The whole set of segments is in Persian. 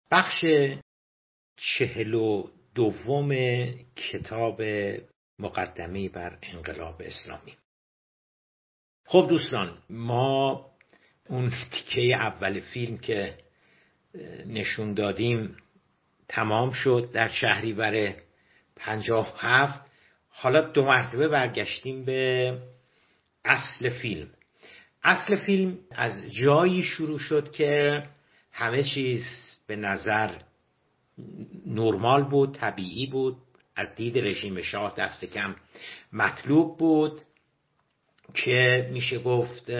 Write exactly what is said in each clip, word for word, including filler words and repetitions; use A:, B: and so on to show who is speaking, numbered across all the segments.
A: بخش چهل و دوم کتاب مقدمه بر انقلاب اسلامی. خب دوستان، ما اون تیکه اول فیلم که نشون دادیم تمام شد در شهریور پنجاه و هفت. حالا دو مرتبه برگشتیم به اصل فیلم. اصل فیلم از جایی شروع شد که همه چیز به نظر نرمال بود، طبیعی بود، از دید رژیم شاه دست کم مطلوب بود که میشه گفت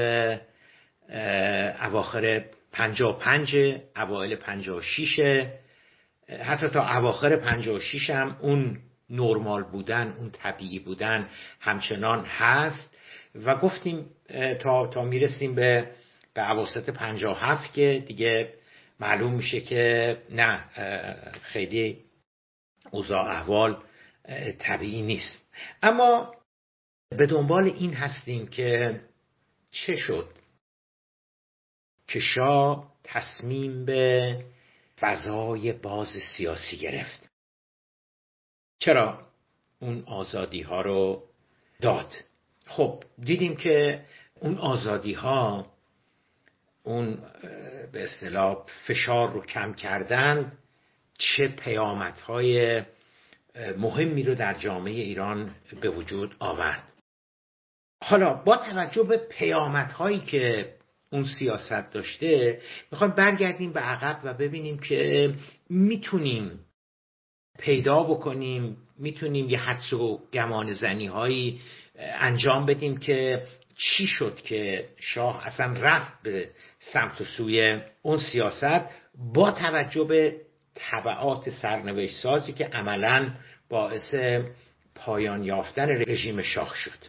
A: اواخر پنجاه و پنج، اوایل پنجاه و شش، حتی تا اواخر پنجاه و شش هم اون نرمال بودن، اون طبیعی بودن همچنان هست و گفتیم تا تا میرسیم به به اواسط پنجاه و هفت که دیگه معلوم میشه که نه، خیلی اوضاع احوال طبیعی نیست. اما به دنبال این هستیم که چه شد که شاه تصمیم به فضای باز سیاسی گرفت. چرا اون آزادی ها رو داد؟ خب دیدیم که اون آزادی ها، اون به اصطلاح فشار رو کم کردن، چه پیامدهای مهمی رو در جامعه ایران به وجود آورد. حالا با توجه به پیامدهایی که اون سیاست داشته میخوایم برگردیم به عقب و ببینیم که میتونیم پیدا بکنیم، میتونیم یه حدس و گمان زنی هایی انجام بدیم که چی شد که شاه اصلا رفت به سمت و سوی اون سیاست با توجه به تبعات سرنوشت سازی که عملاً باعث پایان یافتن رژیم شاه شد.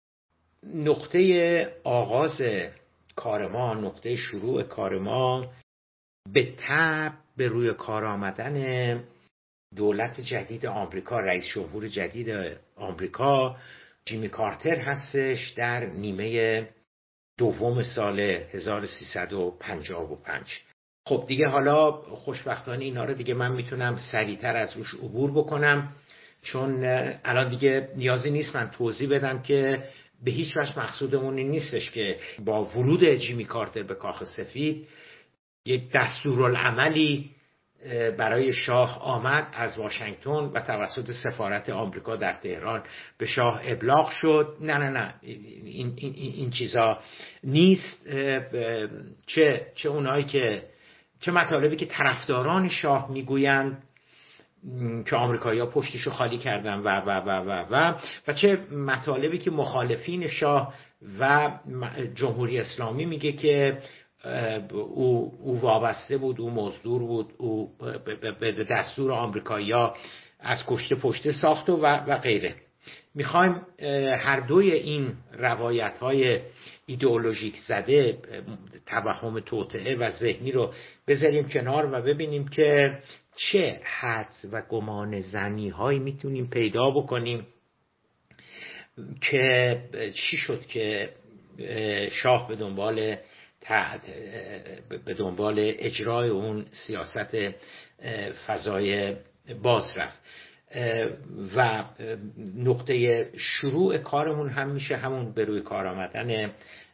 A: نقطه آغاز کار ما، نقطه شروع کار ما به تبع به روی کار آمدن دولت جدید آمریکا، رئیس جمهور جدید آمریکا جیمی کارتر هستش در نیمه دوم سال هزار و سیصد و پنجاه و پنج. خب دیگه حالا خوشبختانه اینا رو دیگه من میتونم سریعتر از روش عبور بکنم، چون الان دیگه نیازی نیست من توضیح بدم که به هیچ وجه مقصودمون این نیستش که با ورود جیمی کارتر به کاخ سفید یک دستورالعملی برای شاه آمد از واشنگتن و توسط سفارت آمریکا در تهران به شاه ابلاغ شد. نه نه نه این, این, این چیزا نیست. چه چه اونایی که چه مطالبی که طرفداران شاه میگویند که آمریکایی‌ها پشتشو خالی کردن و و و و و و چه مطالبی که مخالفین شاه و جمهوری اسلامی میگه که او او وابسته بود، او مزدور بود، او به دستور آمریکایی‌ها از کشته پشته ساخت و و غیره. میخوایم هر دوی این روایت‌های ایدئولوژیک زده، توهم توطئه و ذهنی رو بذاریم کنار و ببینیم که چه حدس و گمان زنی هایی میتونیم پیدا بکنیم که چی شد که شاه به دنبال به دنبال اجرای اون سیاست فضای باز رفت. و نقطه شروع کارمون هم میشه همون به روی کار آمدن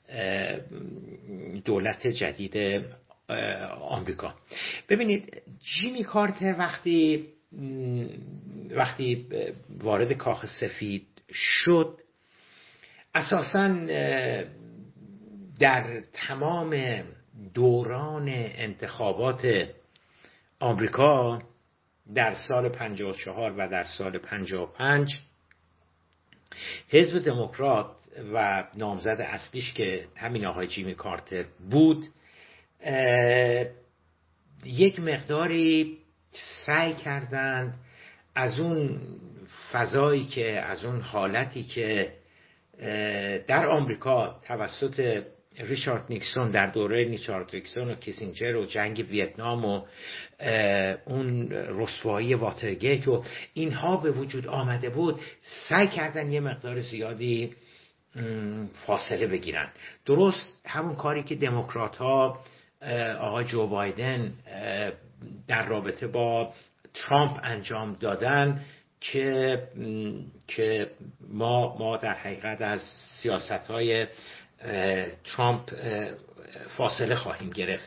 A: دولت جدید آمریکا. ببینید جیمی کارتر وقتی وقتی وارد کاخ سفید شد، اساساً در تمام دوران انتخابات آمریکا در سال پنجاه و چهار و در سال پنجاه و پنج حزب دموکرات و نامزد اصلیش که همین آقای جیمی کارتر بود یک مقداری سعی کردند از اون فضایی که از اون حالتی که در آمریکا توسط ریچارد نیکسون در دوره ریچارد نیکسون و کیسینجر و جنگ ویتنام و اون رسوایی واترگیت و اینها به وجود آمده بود، سعی کردن یه مقدار زیادی فاصله بگیرن. درست همون کاری که دموکرات ها آقای جو بایدن در رابطه با ترامپ انجام دادن که که ما ما در حقیقت از سیاست‌های ترامپ فاصله خواهیم گرفت.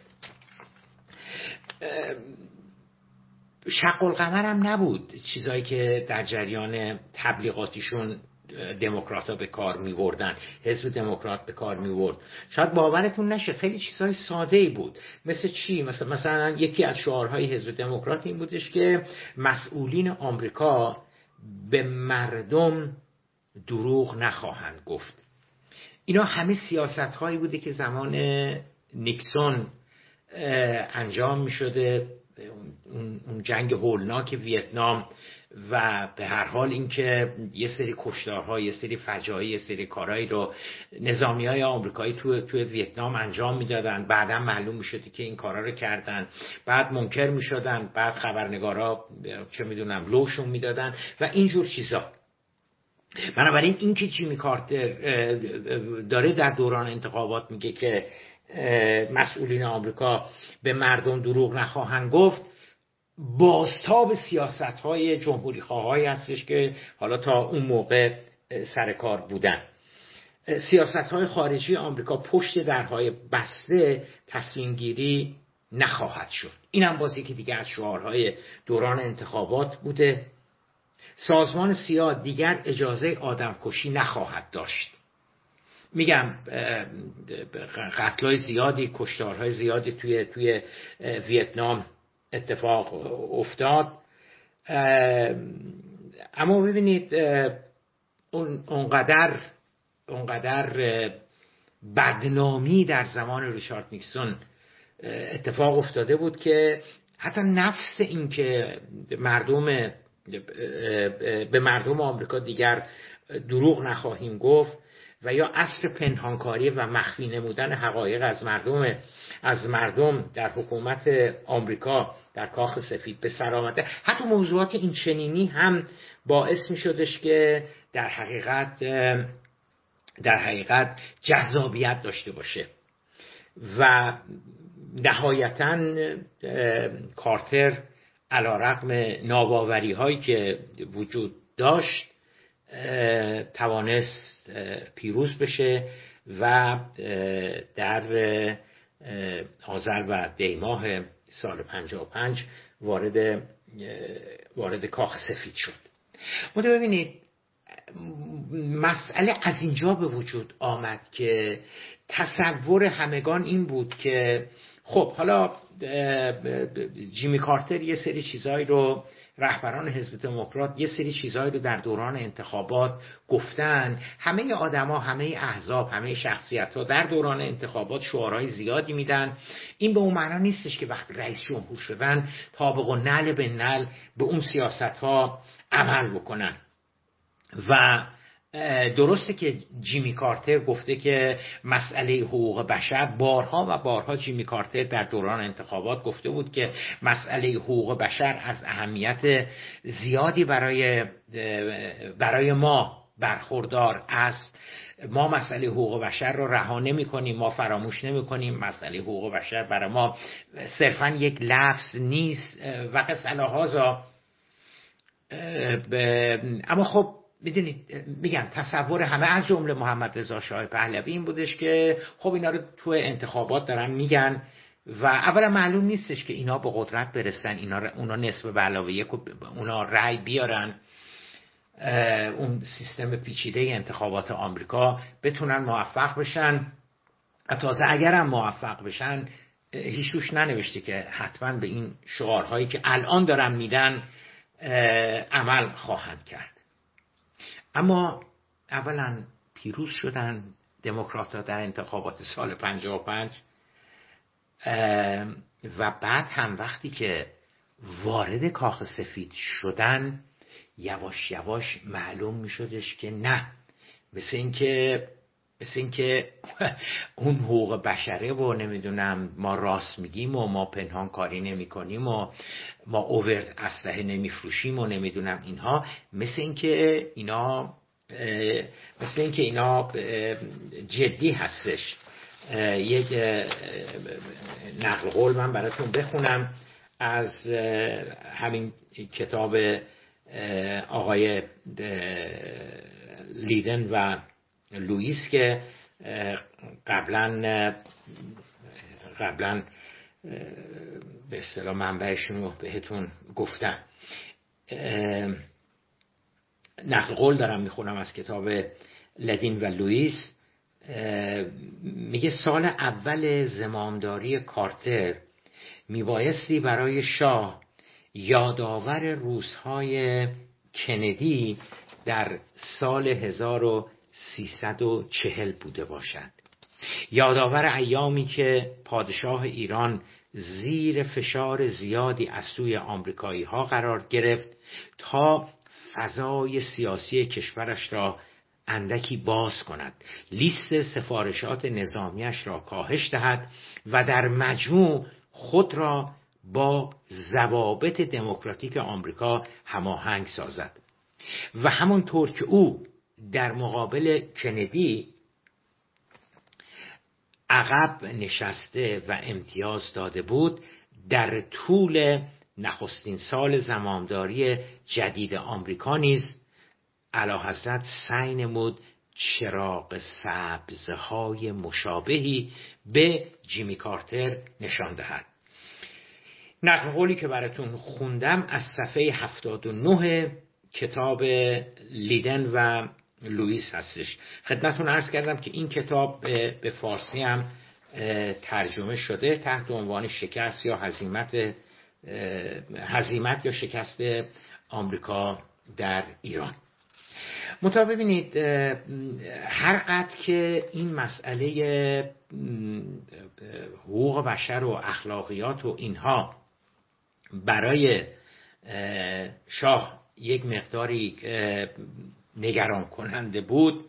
A: شق القمر هم نبود چیزایی که در جریان تبلیغاتیشون دموکرات‌ها به کار می‌بردن، حزب دموکرات به کار می‌برد. شاید باورتون نشه خیلی چیزای ساده‌ای بود. مثل چی؟ مثلا مثلا یکی از شعارهای حزب دموکرات این بودش که مسئولین آمریکا به مردم دروغ نخواهند گفت. اینا همه سیاست‌هایی بوده که زمان نیکسون انجام می‌شده، اون جنگ هولناک ویتنام، و به هر حال اینکه یه سری کشتارها، یه سری فجایع، یه سری کارهایی رو نظامیای آمریکایی تو تو ویتنام انجام میدادن، بعدا معلوم میشد که این کارا رو کردن، بعد منکر میشدن، بعد خبرنگارا چه میدونم لوشون میدادن و اینجور چیزا. بنابراین این که جیمی کارتر داره در دوران انتخابات میگه که مسئولین آمریکا به مردم دروغ نخواهند گفت، بازتاب سیاست‌های جمهوری خواهایی هستش که حالا تا اون موقع سر کار بودن. سیاست‌های خارجی آمریکا پشت درهای بسته تصمیم گیری نخواهد شد. اینم بازی که دیگه از شعارهای دوران انتخابات بوده. سازمان سیا دیگر اجازه آدمکشی نخواهد داشت. میگم قتل‌های زیادی، کشتارهای زیادی توی توی ویتنام اتفاق افتاد، اما ببینید اون اونقدر اونقدر بدنامی در زمان ریچارد نیکسون اتفاق افتاده بود که حتی نفس این که مردم به مردم آمریکا دیگر دروغ نخواهیم گفت و یا عصر پنهانکاری و مخفی نمودن حقایق از مردم از مردم در حکومت آمریکا در کاخ سفید به سر آمده، حتی موضوعات این چنینی هم باعث می شدش که در حقیقت در حقیقت جذابیت داشته باشه. و نهایتاً کارتر علیرغم ناباوری هایی که وجود داشت توانست پیروز بشه و در آذر و دی ماه سال پنجاه و پنج وارد وارد کاخ سفید شد. متو ببینید مسئله از اینجا به وجود آمد که تصور همگان این بود که خب حالا جیمی کارتر یه سری چیزایی رو، رهبران حزب دموکرات یه سری چیزایی رو در دوران انتخابات گفتن، همه آدما، همه احزاب، همه شخصیت‌ها در دوران انتخابات شعارهای زیادی میدن. این به اون معنا نیستش که وقتی رئیس جمهور شدن تابق و نعل به نعل به اون سیاست‌ها عمل بکنن. و درسته که جیمی کارتر گفته که مسئله حقوق بشر، بارها و بارها جیمی کارتر در دوران انتخابات گفته بود که مسئله حقوق بشر از اهمیت زیادی برای برای ما برخوردار است. ما مسئله حقوق بشر رو رها نمی‌کنیم، ما فراموش نمی‌کنیم. مسئله حقوق بشر برای ما صرفاً یک لفظ نیست و قص الهازا. اما خب میدونید، میگم تصور همه از جمله محمد رضا شاه پهلوی این بودش که خب اینا رو تو انتخابات دارن میگن و اولا معلوم نیستش که اینا به قدرت برسن، اینا اونا نسبت به علاوه یک اونا رأی بیارن، اون سیستم پیچیده انتخابات آمریکا بتونن موفق بشن. تازه اگرم موفق بشن هیچ روش ننوشته که حتما به این شعارهایی که الان دارن میدن عمل خواهند کرد. اما اولا پیروز شدن دموکرات‌ها در انتخابات سال پنجاه و پنج و بعد هم وقتی که وارد کاخ سفید شدن یواش یواش معلوم می شدش که نه، مثل این که مثل این که اون حقوق بشره و نمیدونم ما راست میگیم و ما پنهان کاری نمی کنیم و ما اوورد اسلحه نمی فروشیم و نمیدونم اینها، مثل این که اینا مثل این که اینا جدی هستش. یک نقل قول من براتون بخونم از همین کتاب آقای لیدن و لوئیس که قبلا قبلا به اصطلاح منبعشون رو بهتون گفتم. نقل قول دارم میخونم از کتاب لیدن و لوئیس. میگه سال اول زمامداری کارتر میبایستی برای شاه یادآور روزهای کندی در سال هزار و سیصد و چهل بوده باشد، یادآور ایامی که پادشاه ایران زیر فشار زیادی از سوی آمریکایی ها قرار گرفت تا فضای سیاسی کشورش را اندکی باز کند، لیست سفارشات نظامیش را کاهش دهد و در مجموع خود را با ضوابط دموکراتیک آمریکا هماهنگ سازد. و همونطور که او در مقابل کندی عقب نشسته و امتیاز داده بود، در طول نخستین سال زمامداری جدید آمریکا نیز اعلیحضرت سعی نمود چراغ سبزهای مشابهی به جیمی کارتر نشان دهد. نقل قولی که براتون خوندم از صفحه هفتاد و نه کتاب لیدن و لوئیس هستش. خدمتتون عرض کردم که این کتاب به فارسی هم ترجمه شده تحت عنوان شکست یا هزیمت هزیمت یا شکست آمریکا در ایران. منتها ببینید هر قدر که این مسئله حقوق بشر و اخلاقیات و اینها برای شاه یک مقداری نگران کننده بود،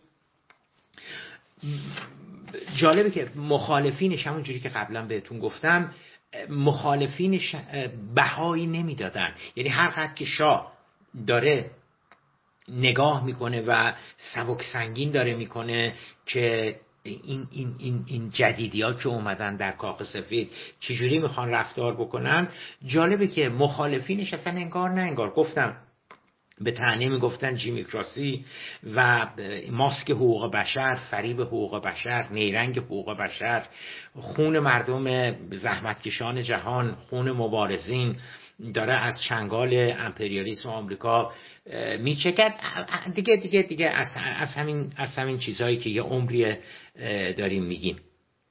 A: جالبه که مخالفینش همون جوری که قبلا بهتون گفتم مخالفینش بهایی نمیدادن. یعنی هر قدر که شاه داره نگاه میکنه و سبک سنگین داره میکنه که این این این این جدیدیات که اومدن در کاخ سفید چجوری میخوان رفتار بکنن، جالبه که مخالفینش اصلا انگار نه انگار گفتم به طعنه میگفتن جیمیکراسی و ماسک حقوق بشر، فریب حقوق بشر، نیرنگ حقوق بشر، خون مردم زحمتکشان جهان، خون مبارزین داره از چنگال امپریالیسم آمریکا میچکد. دیگه دیگه دیگه از, از همین از همین چیزهایی که یه عمری داریم میگیم.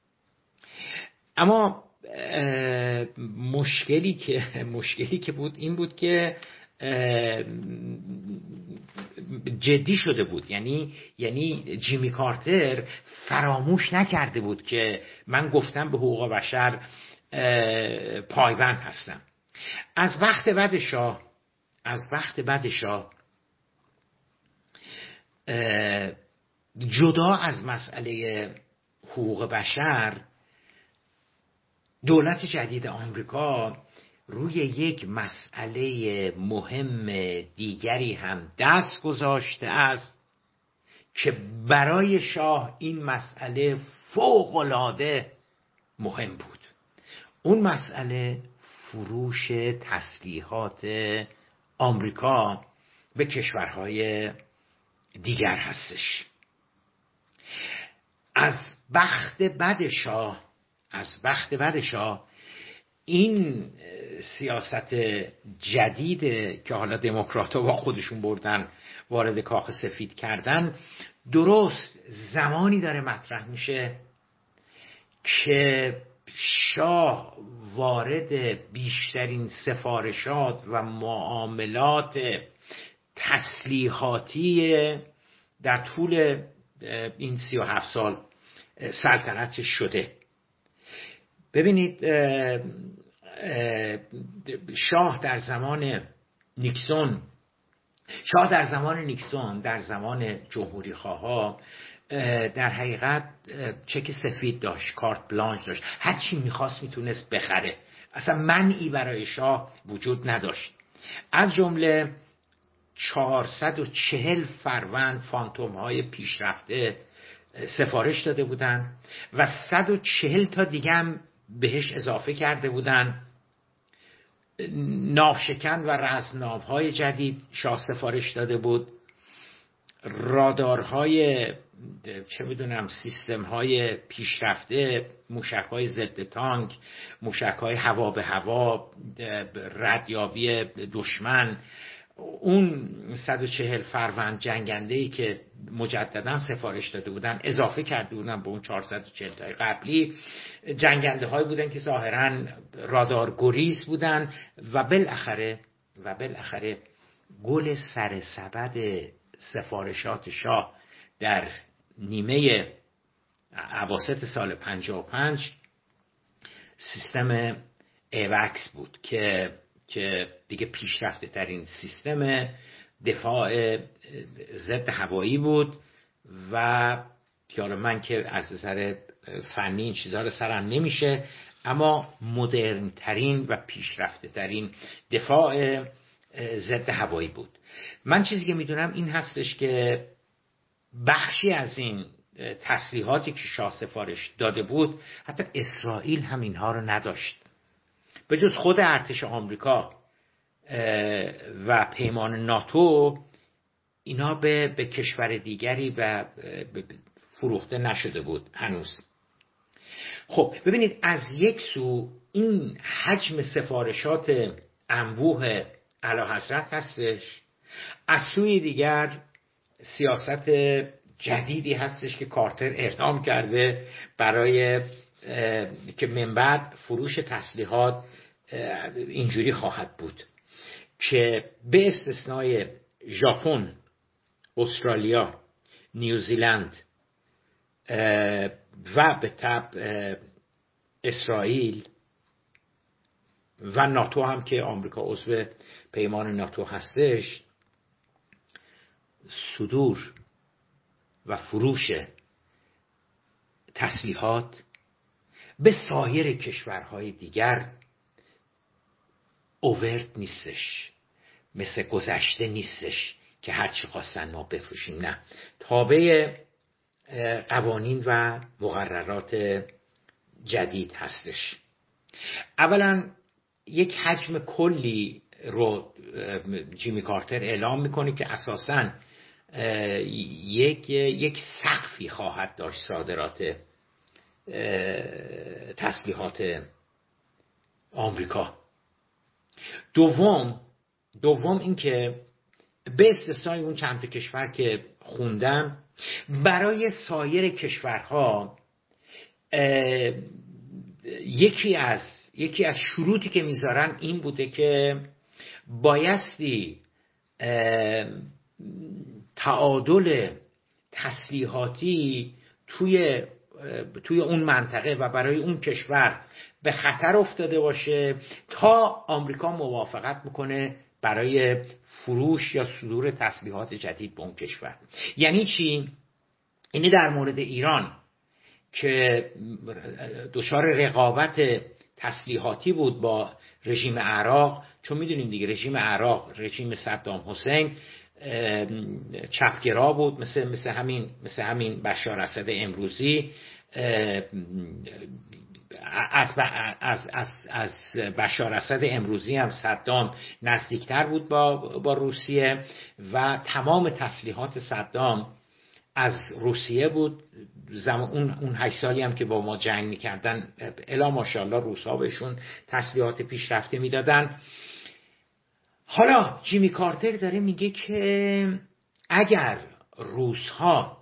A: اما مشکلی که مشکلی که بود این بود که جدی شده بود. یعنی یعنی جیمی کارتر فراموش نکرده بود که من گفتم به حقوق بشر پایبند هستم. از وقت بعد شاه از وقت بعد شاه جدا از مسئله حقوق بشر، دولت جدید آمریکا روی یک مسئله مهم دیگری هم دست گذاشته است که برای شاه این مسئله فوق‌العاده مهم بود. اون مسئله فروش تسلیحات آمریکا به کشورهای دیگر هستش. از بخت بد شاه از بخت بد شاه این سیاست جدید که حالا دموکرات‌ها با خودشون بردن وارد کاخ سفید کردن، درست زمانی داره مطرح میشه که شاه وارد بیشترین سفارشات و معاملات تسلیحاتی در طول این سی و هفت سال سلطنتش شده. ببینید شاه در زمان نیکسون شاه در زمان نیکسون در زمان جمهوری خواها در حقیقت چک سفید داشت، کارت بلانش داشت، هر چی میخواست میتونست بخره، اصلا منعی برای شاه وجود نداشت. از جمله چهارصد و چهل فروند فانتوم های پیشرفته سفارش داده بودن و صد و چهل تا دیگه هم بهش اضافه کرده بودن ناوشکن و رزمناوهای جدید شاه سفارش داده بود، رادارهای چه میدونم سیستم‌های پیشرفته، موشک‌های ضد تانک، موشک‌های هوا به هوا، ردیابی دشمن، اون صد و چهل فروند جنگنده‌ای که مجددا سفارش داده بودن اضافه کرده بودن به اون چهارصد و چهل تای قبلی، جنگنده‌هایی بودن که ظاهراً رادار گریز بودن و بالاخره و بالاخره گل سر سبد سفارشات شاه در نیمه اواسط سال پنجاه و پنج سیستم ایوکس بود که که دیگه پیشرفته ترین سیستم دفاع ضد هوایی بود و حالا من که از نظر فنی این چیزها رو سرم نمیشه، اما مدرن ترین و پیشرفته ترین دفاع ضد هوایی بود. من چیزی که میدونم این هستش که بخشی از این تسلیحاتی که شاه سفارش داده بود حتی اسرائیل هم اینها رو نداشت، به جز خود ارتش آمریکا و پیمان ناتو اینا به, به کشور دیگری و فروخته نشده بود هنوز. خب ببینید، از یک سو این حجم سفارشات انبوه اعلیحضرت هستش، از سوی دیگر سیاست جدیدی هستش که کارتر اعلام کرده برای که من بعد فروش تسلیحات اینجوری خواهد بود که به استثنای ژاپن، استرالیا، نیوزیلند و به تبع اسرائیل و ناتو هم که آمریکا عضو پیمان ناتو هستش، صدور و فروش تسلیحات به سایر کشورهای دیگر اوورد نیستش، مثل گذشته نیستش که هرچی خواستن ما بفروشیم. نه، تابع قوانین و مقررات جدید هستش. اولا یک حجم کلی رو جیمی کارتر اعلام میکنه که اساساً یک یک سقفی خواهد داشت صادرات تسلیحات آمریکا. دوم دوم این که به استثنای اون چند تا کشور که خوندم، برای سایر کشورها یکی از یکی از شروطی که میذارن این بوده که بایستی تعادل تسلیحاتی توی توی اون منطقه و برای اون کشور به خطر افتاده باشه تا آمریکا موافقت میکنه برای فروش یا صدور تسلیحات جدید به اون کشور. یعنی چی؟ اینه در مورد ایران که دچار رقابت تسلیحاتی بود با رژیم عراق، چون میدونیم دیگه رژیم عراق، رژیم صدام حسین چپگرا بود، مثل مثل همین مثل همین بشار اسد امروزی. از از از از بشار اسد امروزی هم صدام نزدیکتر بود با با روسیه و تمام تسلیحات صدام از روسیه بود. زمان اون اون هشت سالی هم که با ما جنگ میکردن الا ماشاءالله روس‌ها بهشون تسلیحات پیشرفته میدادن. حالا جیمی کارتر داره میگه که اگر روس‌ها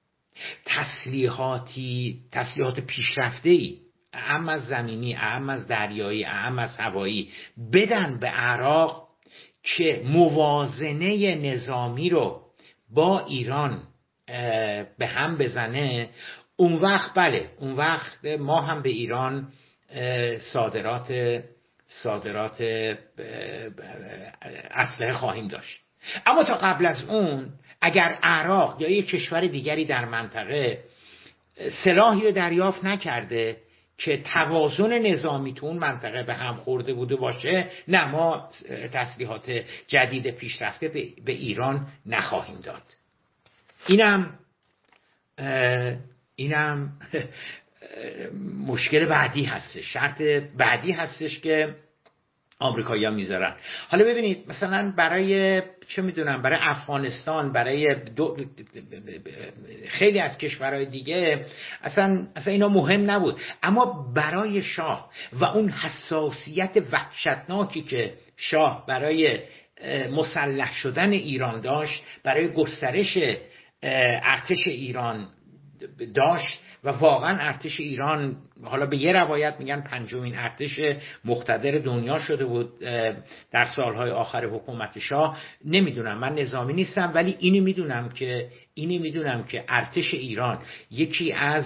A: تسلیحاتی تسلیحات پیشرفته‌ای اهم از زمینی، اهم از دریایی، اهم از هوایی بدن به عراق که موازنه نظامی رو با ایران به هم بزنه، اون وقت بله اون وقت ما هم به ایران صادرات صادرات اسلحه خواهیم داشت. اما تا قبل از اون اگر عراق یا یک کشور دیگری در منطقه سلاحی رو دریافت نکرده که توازن نظامی تو اون منطقه به هم خورده بوده باشه، نه، ما تسلیحات جدید پیشرفته به ایران نخواهیم داد. اینم اینم مشکل بعدی هستش، شرط بعدی هستش که آمریکایی‌ها میذارن. حالا ببینید مثلا برای چه میدونم برای افغانستان، برای دو خیلی از کشورهای دیگه اصلا اصلا اینا مهم نبود، اما برای شاه و اون حساسیت وحشتناکی که شاه برای مسلح شدن ایران داشت، برای گسترش ارتش ایران داشت و واقعا ارتش ایران حالا به یه روایت میگن پنجمین ارتش مقتدر دنیا شده بود در سالهای آخر حکومت شاه. نمیدونم، من نظامی نیستم، ولی اینو میدونم که اینو میدونم که ارتش ایران یکی از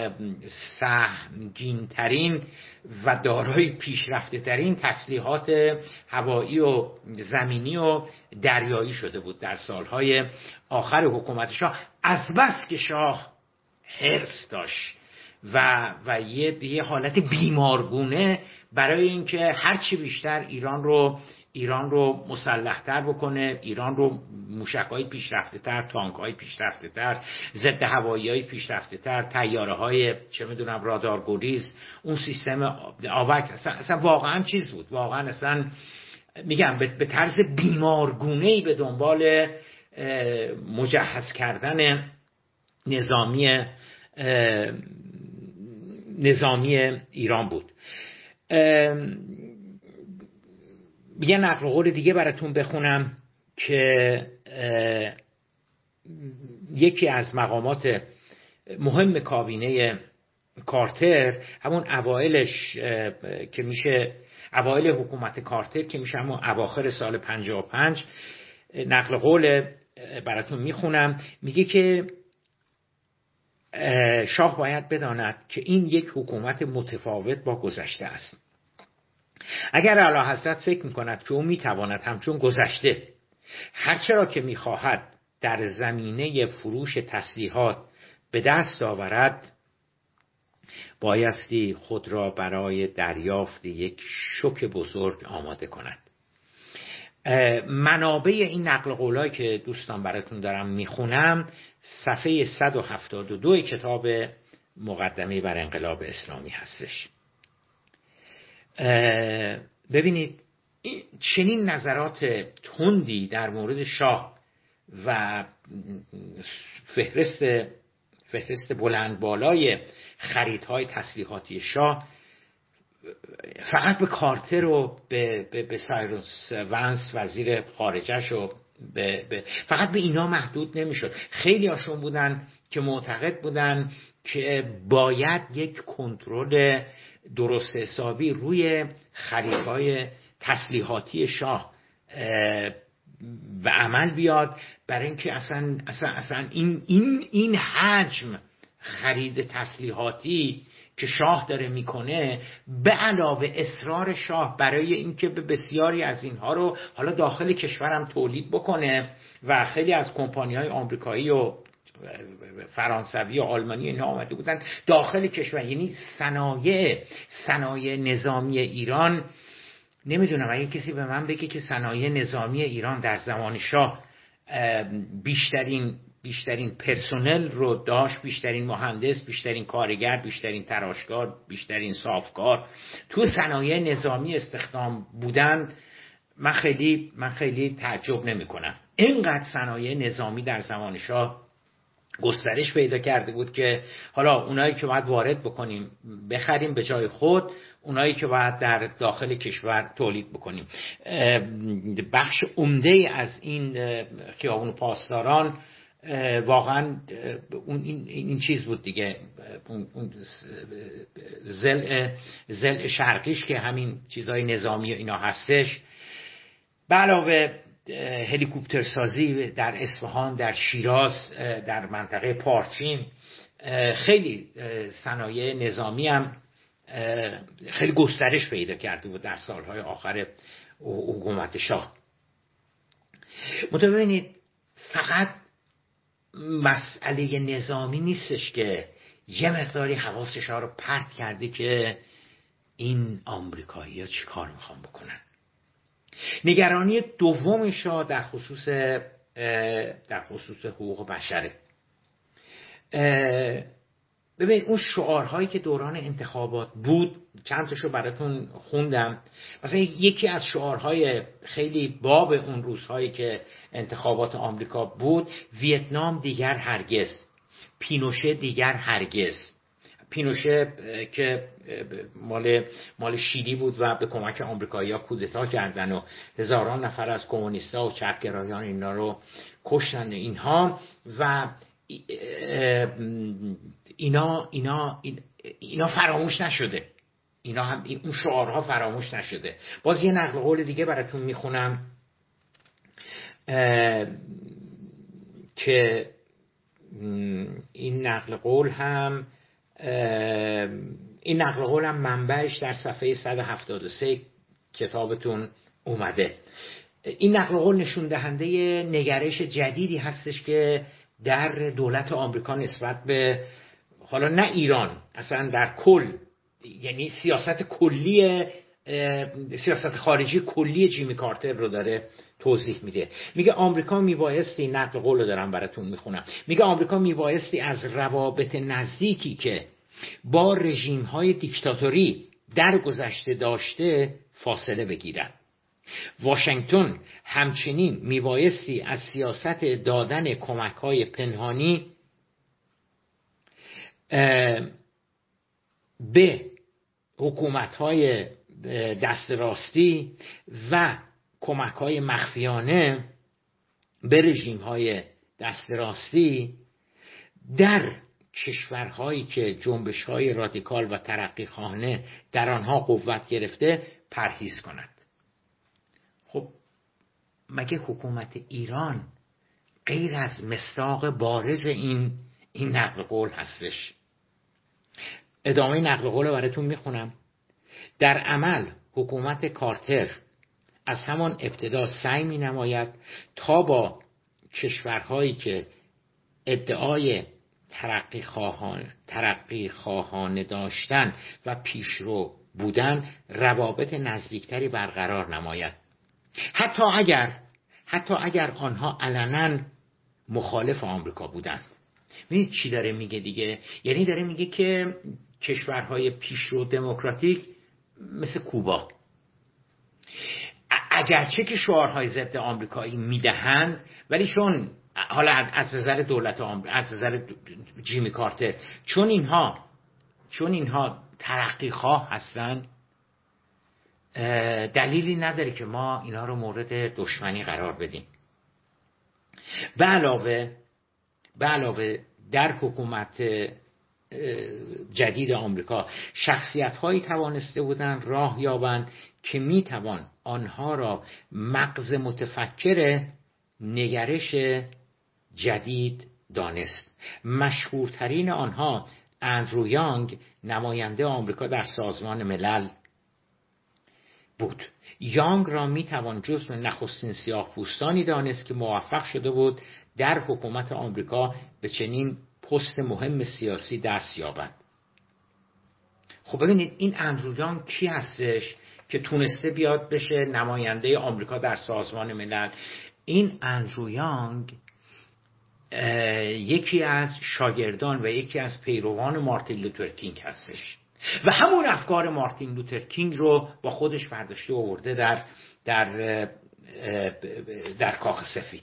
A: سهمگین‌ترین و دارای پیشرفته ترین تسلیحات هوایی و زمینی و دریایی شده بود در سالهای آخر حکومت شاه، از بس که شاه حرص داشت و و یه یه حالت بیمارگونه برای اینکه هرچی بیشتر ایران رو ایران رو مسلح‌تر بکنه، ایران رو موشک‌های پیشرفته‌تر، تانک‌های پیشرفته‌تر، ضد هوایی‌های پیشرفته‌تر، طیاره‌های چه می‌دونم رادارگریز، اون سیستم آوکس اصلا, اصلا واقعا چیز بود، واقعا اصلا میگم به طرز بیمارگونه‌ای به دنبال مجهز کردن نظامی نظامی ایران بود. یه نقل قول دیگه براتون بخونم که یکی از مقامات مهم کابینه کارتر، همون اوایلش که میشه اوایل حکومت کارتر که میشه همون اواخر سال پنجاه و پنج، نقل قول براتون میخونم، میگه که شاه باید بداند که این یک حکومت متفاوت با گذشته است. اگر اعلیحضرت فکر میکند که او میتواند همچون گذشته هرچه را که میخواهد در زمینه فروش تسلیحات به دست آورد، بایستی خود را برای دریافت یک شوک بزرگ آماده کند. منابع این نقل قولایی که دوستان براتون دارم میخونم صفحه صد و هفتاد و دو کتاب مقدمه بر انقلاب اسلامی هستش. ببینید چنین نظرات تندی در مورد شاه و فهرست فهرست بلند بالای خریدهای تسلیحاتی شاه فقط به کارتر و به, به, به سایروس ونس وزیر خارجه‌ش و به به فقط به اینا محدود نمیشد. خیلی هاشون بودن که معتقد بودن که باید یک کنترل درست حسابی روی خریدهای تسلیحاتی شاه به عمل بیاد، برای اینکه اصلا اصلا اصلا این این این حجم خرید تسلیحاتی که شاه داره میکنه، به علاوه اصرار شاه برای اینکه به بسیاری از اینها رو حالا داخل کشورم تولید بکنه و خیلی از کمپانی‌های آمریکایی و فرانسوی و آلمانی اینا آمده بودن داخل کشور، یعنی صنایع صنایع نظامی ایران. نمیدونم اگه کسی به من بگه که صنایع نظامی ایران در زمان شاه بیشترین بیشترین پرسنل رو داشت، بیشترین مهندس، بیشترین کارگر، بیشترین تراشکار، بیشترین صافکار تو صنایع نظامی استخدام بودن، من خیلی من خیلی تعجب نمی کنم. اینقدر صنایع نظامی در زمان شاه گسترش پیدا کرده بود که حالا اونایی که باید وارد بکنیم بخریم به جای خود، اونایی که باید در داخل کشور تولید بکنیم. بخش عمده از این خیابون پاسداران واقعا اون این, این چیز بود دیگه، اون زل زل شرقیش که همین چیزهای نظامی و اینا هستش، به علاوه هلیکوپتر سازی در اصفهان، در شیراز، در منطقه پارچین، خیلی صنایع نظامی هم خیلی گسترش پیدا کرده بود در سالهای آخر حکومت شاه. متوجه فقط مسئله نظامی نیستش که یه مقداری حواسش ها رو پرت کرده که این آمریکایی ها چی کار میخوان بکنن. نگرانی دوم شاه در خصوص در خصوص حقوق بشره. ببین اون شعارهایی که دوران انتخابات بود چند تاشو براتون خوندم. مثلا یکی از شعارهای خیلی باب اون روزهایی که انتخابات آمریکا بود، ویتنام دیگر هرگز، پینوشه دیگر هرگز. پینوشه که مال مال شیلی بود و به کمک آمریکایی‌ها کودتا کردن و هزاران نفر از کمونیست‌ها و چپگرایان اینا رو کشتن اینها و اینا اینا اینا فراموش نشده. اینا هم اون شعارها فراموش نشده. باز یه نقل قول دیگه براتون میخونم که این نقل قول هم این نقل قول هم منبعش در صفحه صد و هفتاد و سه کتابتون اومده. این نقل قول نشون دهنده نگرش جدیدی هستش که در دولت آمریکا نسبت به حالا نه ایران، اصلا در کل، یعنی سیاست کلی سیاست خارجی کلی جیمی کارتر رو داره توضیح میده. میگه آمریکا میبایستی، نقل قول رو دارم براتون میخونم، میگه آمریکا میبایستی از روابط نزدیکی که با رژیم های دیکتاتوری در گذشته داشته فاصله بگیرد. واشنگتن همچنین میبایستی از سیاست دادن کمک های پنهانی به حکومت های دست راستی و کمک های مخفیانه به رژیم های دست راستی در کشورهایی که جنبش های رادیکال و ترقی خواهانه در آنها قوت گرفته پرهیز کند. خب مگه حکومت ایران غیر از مصداق بارز این این نقل قول هستش؟ ادامه نقل قول رو براتون میخونم. در عمل حکومت کارتر از همان ابتدا سعی می نماید تا با کشورهایی که ادعای ترقی خواهان ترقی خواهانه داشتن و پیشرو بودن روابط نزدیکتری برقرار نماید، حتی اگر حتی اگر آنها علنا مخالف آمریکا بودند. ببینید چی داره میگه دیگه؟ یعنی داره میگه که کشورهای پیشرو دموکراتیک مثل کوبا، اگرچه که شعارهای ضد آمریکایی میدهند، ولی چون حالا از نظر دولت آمریکا، از نظر جیمی کارتر، چون اینها چون اینها ترقی خواه هستن، دلیلی نداره که ما اینا رو مورد دشمنی قرار بدیم. به علاوه به علاوه در حکومت جدید آمریکا شخصیت‌هایی توانسته بودند راه یابند که میتوان آنها را مغز متفکر نگرش جدید دانست. مشهورترین آنها اندرو یانگ، نماینده آمریکا در سازمان ملل بود. یانگ را میتوان جزو نخستین سیاه‌پوستانی دانست که موفق شده بود در حکومت آمریکا به چنین پست مهم سیاسی دست یابد. خب ببینید این اندرو یانگ کی هستش که تونسته بیاد بشه نماینده آمریکا در سازمان ملل؟ این اندرو یانگ یکی از شاگردان و یکی از پیروان مارتین لوتر کینگ هستش و همون افکار مارتین لوتر کینگ رو با خودش برداشته و آورده در در در کاخ سفید.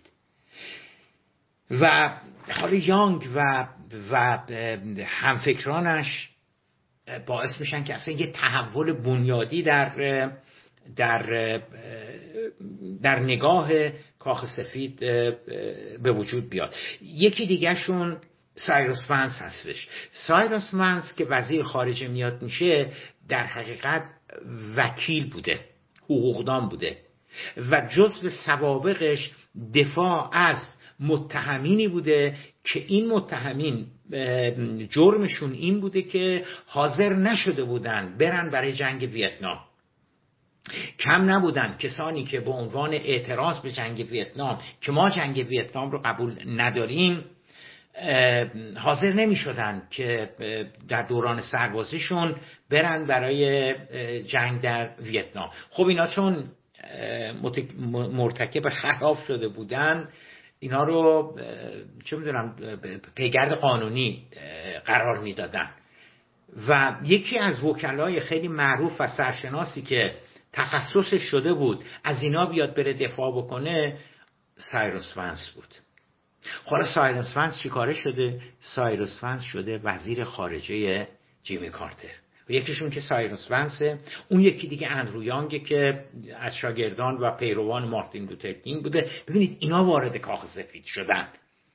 A: و حالا یانگ و و همفکرانش باعث میشن که اصلا یه تحول بنیادی در در در نگاه کاخ سفید به وجود بیاد. یکی دیگه شون سایروس ونس هستش. سایروس ونس که وزیر خارجه میاد میشه، در حقیقت وکیل بوده، حقوقدان بوده و جزو سوابقش دفاع از متهمینی بوده که این متهمین جرمشون این بوده که حاضر نشده بودن برن برای جنگ ویتنام. کم نبودن کسانی که به عنوان اعتراض به جنگ ویتنام که ما جنگ ویتنام رو قبول نداریم حاضر نمی شدن که در دوران سربازیشون برن برای جنگ در ویتنام. خب اینا چون مرتکب خلاف شده بودن اینا رو چه میدونم پیگرد قانونی قرار میدادن و یکی از وکلای خیلی معروف و سرشناسی که تخصصش شده بود از اینا بیاد بره دفاع بکنه سایروس ونس بود. حالا سایروس ونس چی کاره شده؟ سایروس ونس شده وزیر خارجه جیمی کارتر و یکیشون که سایروس ونسه، اون یکی دیگه اندرو یانگه که از شاگردان و پیروان مارتین لوتر کینگ بوده. ببینید اینا وارد کاخ سفید شدن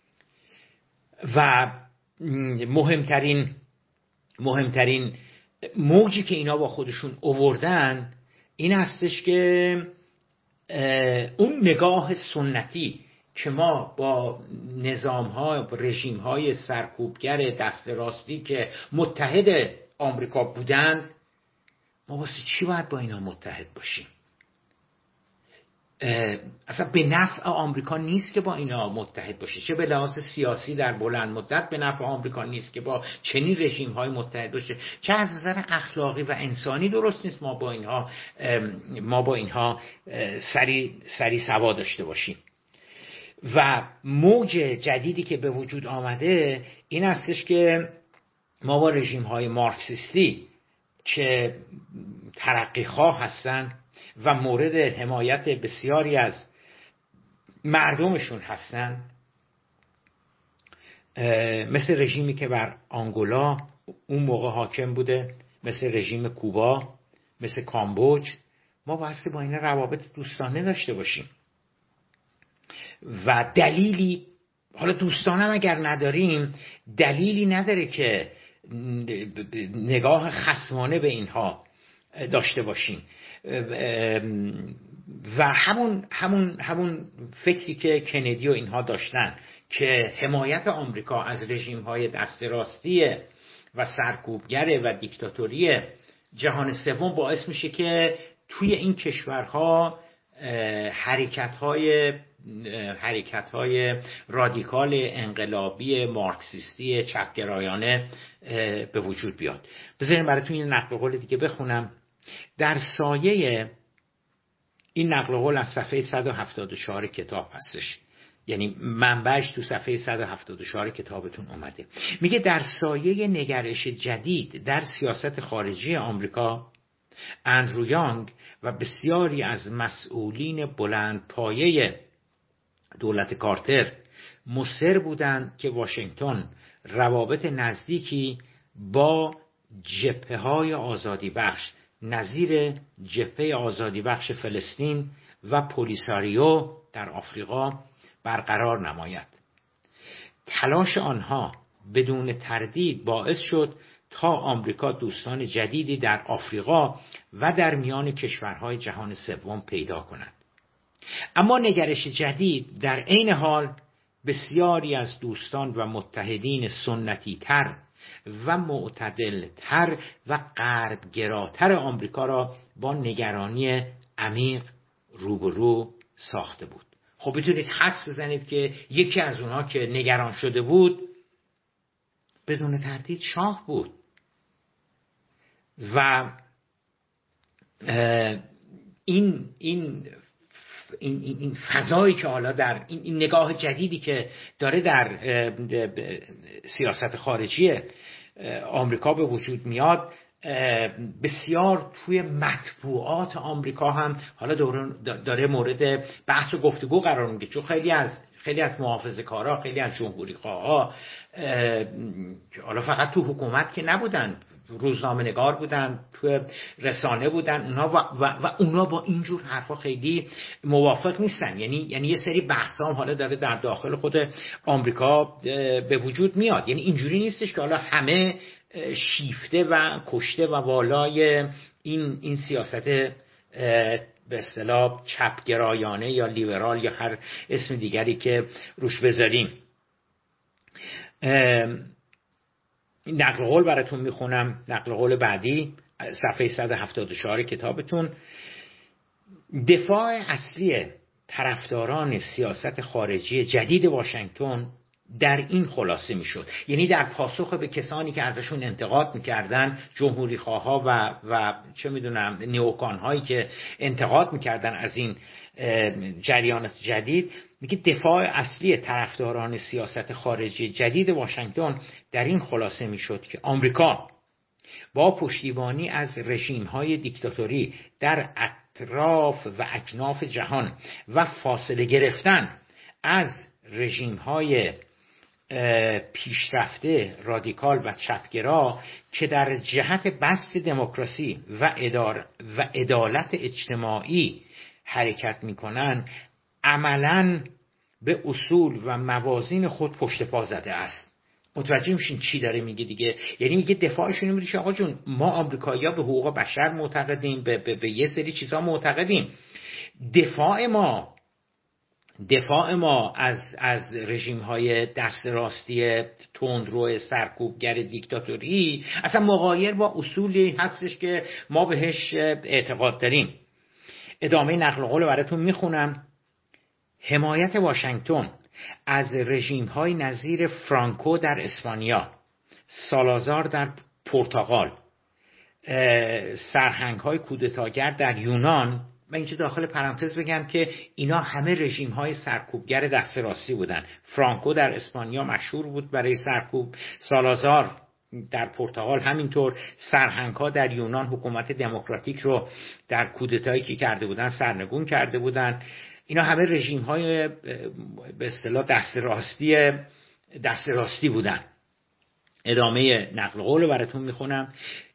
A: و مهمترین مهمترین موجی که اینا با خودشون آوردن این هستش که اون نگاه سنتی که ما با نظام‌ها و رژیم‌های سرکوبگر دست راستی که متحد آمریکا بودن، ما واسه چی باید با اینا متحد باشیم؟ اصلا به نفع آمریکا نیست که با اینا متحد باشه، چه به لحاظ سیاسی در بلند مدت به نفع آمریکا نیست که با چنین رژیم های متحد باشه، چه از نظر اخلاقی و انسانی درست نیست ما با اینها ما با اینها سری سری سوا داشته باشیم. و موج جدیدی که به وجود آمده این هستش که ما با رژیم های مارکسیستی که ترقی خواه هستن و مورد حمایت بسیاری از مردمشون هستن، مثل رژیمی که بر آنگولا اون موقع حاکم بوده، مثل رژیم کوبا، مثل کامبوج، ما بایستی با این روابط دوستانه داشته باشیم و دلیلی، حالا دوستانم اگر نداریم، دلیلی نداره که نگاه خصمانه به اینها داشته باشیم و همون همون همون فکری که کندی و اینها داشتن که حمایت آمریکا از رژیم‌های دست راستی و سرکوبگر و دیکتاتوری جهان سوم باعث میشه که توی این کشورها حرکت‌های حرکت‌های رادیکال انقلابی مارکسیستی چپگرایانه به وجود بیاد. بذارین براتون این نقل قول دیگه بخونم. در سایه این نقل قول از صفحه صد و هفتاد و چهار کتاب هستش، یعنی منبعش تو صفحه صد و هفتاد و چهار کتابتون اومده. میگه در سایه نگرش جدید در سیاست خارجی آمریکا، اندرو یانگ و بسیاری از مسئولین بلند پایه دولت کارتر مصر بودند که واشنگتن روابط نزدیکی با جبهه‌های آزادی بخش نظیر جبهه آزادی بخش فلسطین و پولیساریو در آفریقا برقرار نماید. تلاش آنها بدون تردید باعث شد تا آمریکا دوستان جدیدی در آفریقا و در میان کشورهای جهان سوم پیدا کند. اما نگرش جدید در عین حال بسیاری از دوستان و متحدین سنتی تر و معتدل تر و غربگراتر آمریکا را با نگرانی عمیق روبرو ساخته بود. خب بتونید حدس بزنید که یکی از اونها که نگران شده بود بدون تردید شاه بود و این این این این فضایی که حالا در این, این نگاه جدیدی که داره در سیاست خارجی آمریکا به وجود میاد، بسیار توی مطبوعات آمریکا هم حالا داره مورد بحث و گفتگو قرار میگیره، چون خیلی از خیلی از محافظه‌کارا، خیلی از جمهوری‌خواها حالا فقط تو حکومت که نبودن، روزنامه نگار بودن، تو رسانه بودن، اونا و, و, و اونا با اینجور حرفا خیلی موافق نیستن. یعنی یعنی یه سری بحثا هم حالا داره در داخل خود آمریکا به وجود میاد. یعنی اینجوری نیستش که حالا همه شیفته و کشته و والای این این سیاست به اصطلاح چپگرایانه یا لیبرال یا هر اسم دیگری که روش بذاریم. نقل قول براتون میخونم، نقل قول بعدی صفحه صد و هفتاد و چهار کتابتون. دفاع اصلی طرفداران سیاست خارجی جدید واشنگتن در این خلاصه میشد، یعنی در پاسخ به کسانی که ازشون انتقاد میکردن، جمهوری خواها و و چه میدونم نیوکان هایی که انتقاد میکردن از این جریانات جدید، میگه دفاع اصلی طرفداران سیاست خارجی جدید واشنگتن در این خلاصه میشد که آمریکا با پشتیبانی از رژیم‌های دیکتاتوری در اطراف و اکناف جهان و فاصله گرفتن از رژیم‌های پیشرفته رادیکال و چپگرا که در جهت بسط دموکراسی و ادار و عدالت اجتماعی حرکت می‌کنند، عملاً به اصول و موازین خود پشت پا زده است. متوجه میشین چی داره میگه دیگه؟ یعنی میگه دفاعشون میشه آقا جون ما آمریکایی‌ها به حقوق بشر معتقدیم، به, به, به یه سری چیزا معتقدیم. دفاع ما دفاع ما از از رژیم‌های دست راستی تندرو سرکوبگر دیکتاتوری اصلا مغایر با اصولی هستش که ما بهش اعتقاد داریم. ادامه نقل قول براتون میخونم. حمایت واشنگتن از رژیم‌های نظیر فرانکو در اسپانیا، سالازار در پرتغال، سرهنگ‌های کودتاگر در یونان، من اینجا داخل پرانتز بگم که اینا همه رژیم‌های سرکوبگر دست راستی بودن. فرانکو در اسپانیا مشهور بود برای سرکوب، سالازار در پرتغال همینطور، سرهنگ‌ها در یونان حکومت دموکراتیک رو در کودتایی که کرده بودن سرنگون کرده بودن. اینا همه رژیم‌های به اصطلاح دست راستی دست راستی بودن. ادامه نقل قول رو براتون میخونم.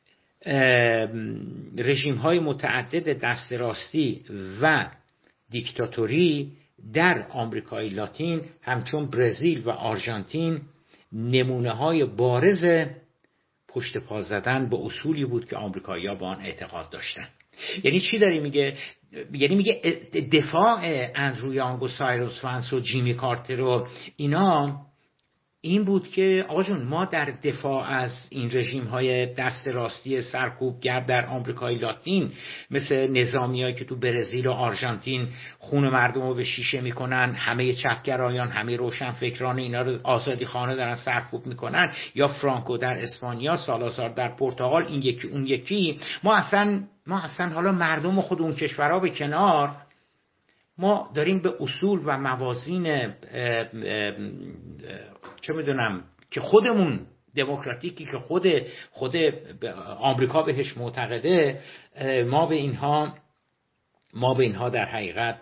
A: رژیم‌های متعدد دست راستی و دیکتاتوری در آمریکای لاتین همچون برزیل و آرژانتین نمونه‌های بارز پشت پا زدن به اصولی بود که آمریکایی‌ها با آن اعتقاد داشتن. یعنی چی داری میگه؟ یعنی میگه دفاع اندرو یانگ و سایروس وانس و جیمی کارتر و اینا این بود که آقا جون ما در دفاع از این رژیم های دست راستی سرکوبگر در آمریکای لاتین مثل نظامیایی که تو برزیل و آرژانتین خون مردم رو به شیشه میکنن، همه چپگرایان، همه روشنفکران اینا رو آزادی خانه دارن سرکوب میکنن، یا فرانکو در اسپانیا، سالازار در پرتغال، این یکی اون یکی، ما اصلا ما اصلا حالا مردم خود اون کشورها به کنار، ما داریم به اصول و موازین اه اه اه چه میدونم که خودمون دموکراتیکی که خود خود آمریکا بهش معتقده، ما به اینها ما به اینها در حقیقت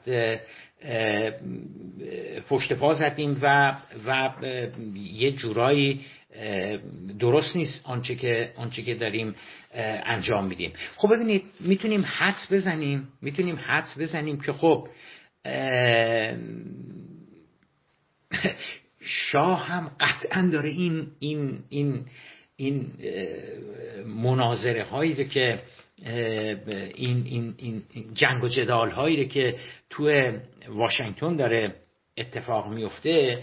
A: پشت پا زدیم و و یه جورایی درست نیست آنچه که آنچه که داریم انجام میدیم. خب ببینید میتونیم حدس بزنیم میتونیم حدس بزنیم که خب شاه هم قطعا داره این این این این مناظره هایی که این این این جنگ و جدال هایی که تو واشنگتن داره اتفاق میفته،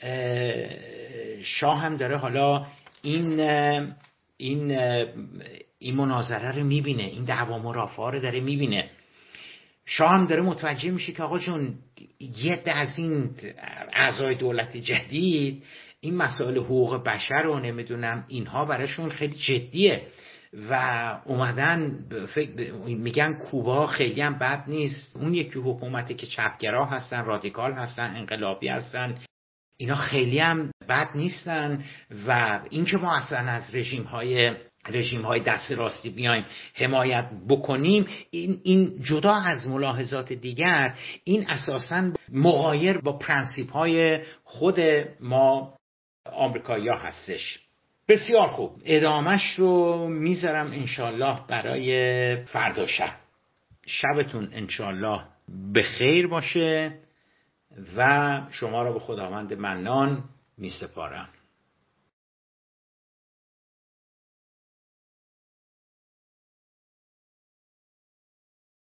A: شاه هم داره حالا این این این مناظره رو میبینه، این دعوا مرافعه رو داره میبینه. شاه هم داره متوجه میشه که آقا جون یه ده از این اعضای دولت جدید این مسائل حقوق بشر رو نمیدونم اینها براشون خیلی جدیه و اومدن فکر میگن کوبا خیلی هم بد نیست، اون یکی حکومتی که چپگرا هستن، رادیکال هستن، انقلابی هستن، اینا خیلی هم بد نیستن و این که ما اصلا از رژیم های رژیم های دست راستی بیایم حمایت بکنیم، این این جدا از ملاحظات دیگر، این اساساً مغایر با پرنسیپ های خود ما آمریکایی‌ها هستش. بسیار خوب، ادامش رو میذارم انشالله برای فردا شب. شبتون انشالله به خیر باشه و شما را به خداوند منان می سپارم.